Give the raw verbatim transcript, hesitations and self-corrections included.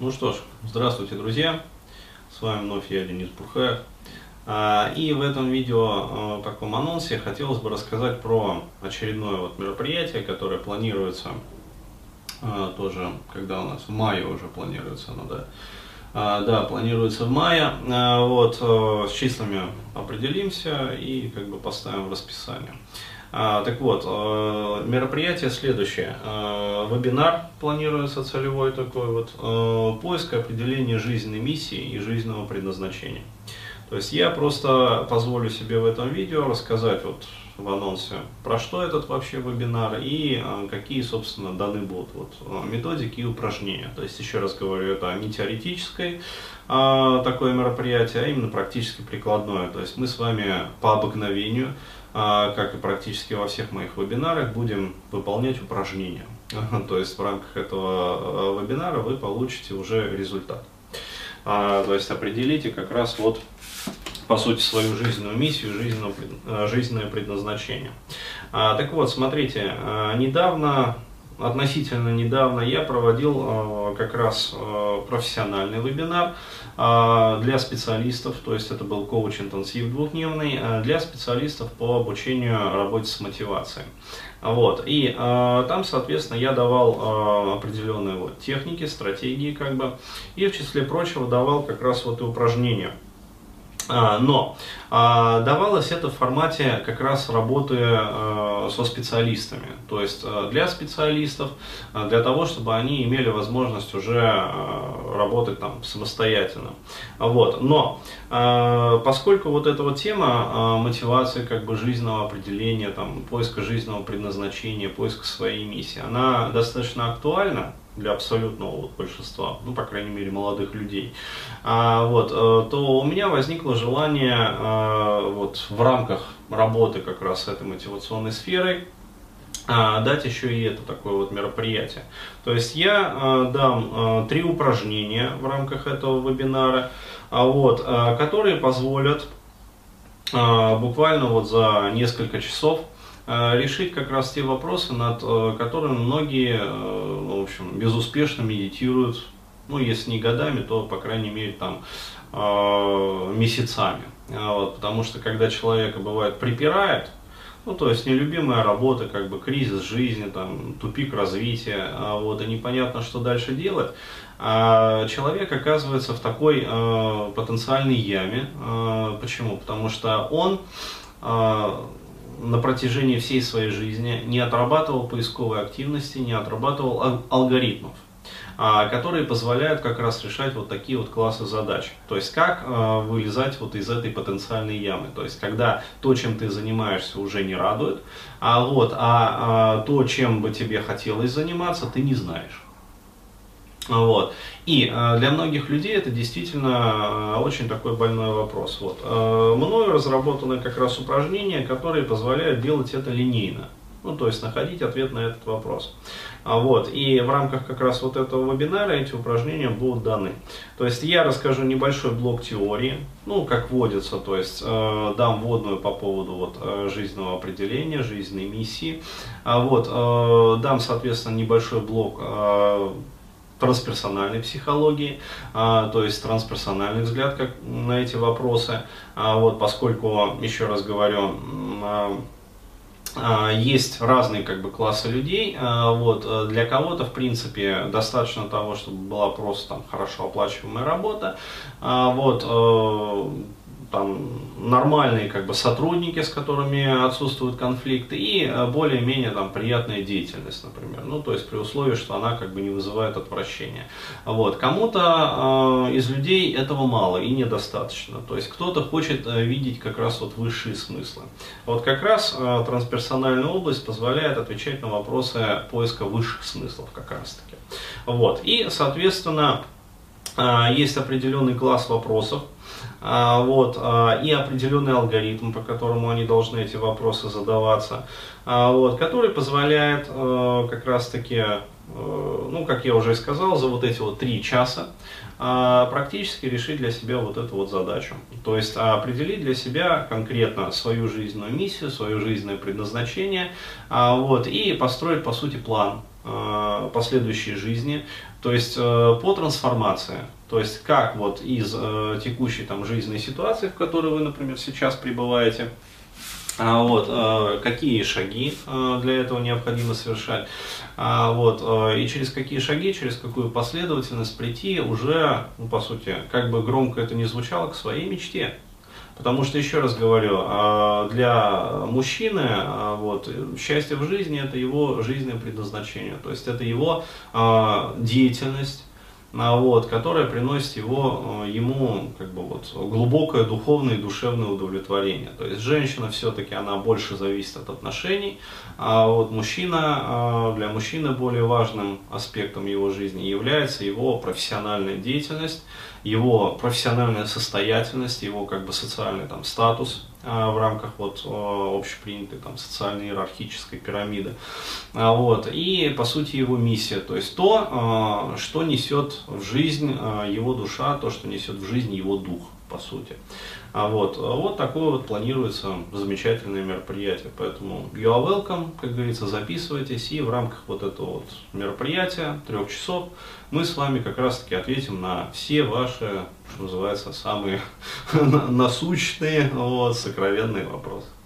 Ну что ж, здравствуйте, друзья, с вами вновь я, Денис Бурхаев. И в этом видео, в таком анонсе, хотелось бы рассказать про очередное вот мероприятие, которое планируется тоже, когда у нас в мае уже планируется оно, да. Да, планируется в мае. Вот, с числами определимся и как бы поставим в расписание. Так вот, мероприятие следующее. Вебинар планируется целевой такой вот. Поиск и определение жизненной миссии и жизненного предназначения. То есть я просто позволю себе в этом видео рассказать вот в анонсе, про что этот вообще вебинар и какие, собственно, даны будут вот методики и упражнения. То есть, еще раз говорю, это не теоретическое такое мероприятие, а именно практически прикладное. То есть мы с вами по обыкновению, как и практически во всех моих вебинарах, будем выполнять упражнения. То есть в рамках этого вебинара вы получите уже результат. То есть определите как раз вот по сути свою жизненную миссию, жизненное, жизненное предназначение. Так вот, смотрите, недавно, относительно недавно я проводил как раз профессиональный вебинар для специалистов, то есть это был коуч-интенсив двухдневный для специалистов по обучению работе с мотивацией. Вот. И э, там, соответственно, я давал э, определенные вот техники, стратегии, как бы, и в числе прочего давал как раз вот и упражнения. А, но а, давалось это в формате как раз работы а, со специалистами, то есть а, для специалистов, а, для того, чтобы они имели возможность уже а, работать там самостоятельно. Вот. Но а, поскольку вот эта вот тема а, мотивации, как бы жизненного определения, там, поиска жизненного предназначения, поиска своей миссии, она достаточно актуальна для абсолютного вот большинства, ну, по крайней мере, молодых людей, а, вот, то у меня возникло желание а, вот, в рамках работы как раз с этой мотивационной сферой а, дать еще и это такое вот мероприятие. То есть я а, дам а, три упражнения в рамках этого вебинара, а, вот, а, которые позволят а, буквально вот за несколько часов решить как раз те вопросы, над которыми многие, в общем, безуспешно медитируют, ну, если не годами, то, по крайней мере, там, месяцами. Вот, потому что, когда человека, бывает, припирает, ну, то есть, нелюбимая работа, как бы, кризис жизни, там, тупик развития, вот, и непонятно, что дальше делать, а человек оказывается в такой э, потенциальной яме. Э, почему? Потому что он э, на протяжении всей своей жизни не отрабатывал поисковой активности, не отрабатывал алгоритмов, которые позволяют как раз решать вот такие вот классы задач. То есть как вылезать вот из этой потенциальной ямы. То есть когда то, чем ты занимаешься, уже не радует, а, вот, а, а то, чем бы тебе хотелось заниматься, ты не знаешь. Вот. И э, для многих людей это действительно э, очень такой больной вопрос. Вот. Э, мною разработаны как раз упражнения, которые позволяют делать это линейно. Ну, то есть находить ответ на этот вопрос. А, вот. И в рамках как раз вот этого вебинара эти упражнения будут даны. То есть я расскажу небольшой блок теории, ну, как вводится, то есть э, дам вводную по поводу вот, э, жизненного определения, жизненной миссии. А, вот, э, дам, соответственно, небольшой блок э, трансперсональной психологии, а, то есть трансперсональный взгляд как, на эти вопросы, а, вот, поскольку, еще раз говорю, а, а, есть разные как бы, классы людей, а, вот, для кого-то, в принципе, достаточно того, чтобы была просто там, хорошо оплачиваемая работа, а, вот, а, там, нормальные как бы, сотрудники, с которыми отсутствуют конфликты, и более-менее там, приятная деятельность, например. Ну, то есть при условии, что она как бы, не вызывает отвращения. Вот. Кому-то э, из людей этого мало и недостаточно. То есть кто-то хочет э, видеть как раз вот, высшие смыслы. Вот как раз э, трансперсональная область позволяет отвечать на вопросы поиска высших смыслов как раз таки. Вот. И, соответственно, э, есть определенный класс вопросов, вот, и определенный алгоритм, по которому они должны эти вопросы задаваться, вот, который позволяет как раз таки ну, как я уже и сказал, за вот эти вот три часа практически решить для себя вот эту вот задачу. То есть определить для себя конкретно свою жизненную миссию, свое жизненное предназначение, вот, и построить, по сути, план последующей жизни, то есть по трансформации. То есть как вот из текущей там жизненной ситуации, в которой вы, например, сейчас пребываете, вот, какие шаги для этого необходимо совершать, вот, и через какие шаги, через какую последовательность прийти уже, ну, по сути, как бы громко это ни звучало, к своей мечте. Потому что, еще раз говорю, для мужчины вот, счастье в жизни – это его жизненное предназначение, то есть это его деятельность, вот, которая приносит его, ему как бы, вот, глубокое духовное и душевное удовлетворение. То есть женщина все-таки она больше зависит от отношений, а вот мужчина, для мужчины более важным аспектом его жизни является его профессиональная деятельность, его профессиональная состоятельность, его как бы социальный там статус в рамках вот общепринятой там социальной иерархической пирамиды, вот, и по сути его миссия, то есть то, что несет в жизнь его душа, то, что несет в жизнь его дух, по сути. Вот, вот такое вот планируется замечательное мероприятие, поэтому you are welcome, как говорится, записывайтесь, и в рамках вот этого вот мероприятия, трех часов, мы с вами как раз таки ответим на все ваши, что называется, самые насущные, вот, сокровенные вопросы.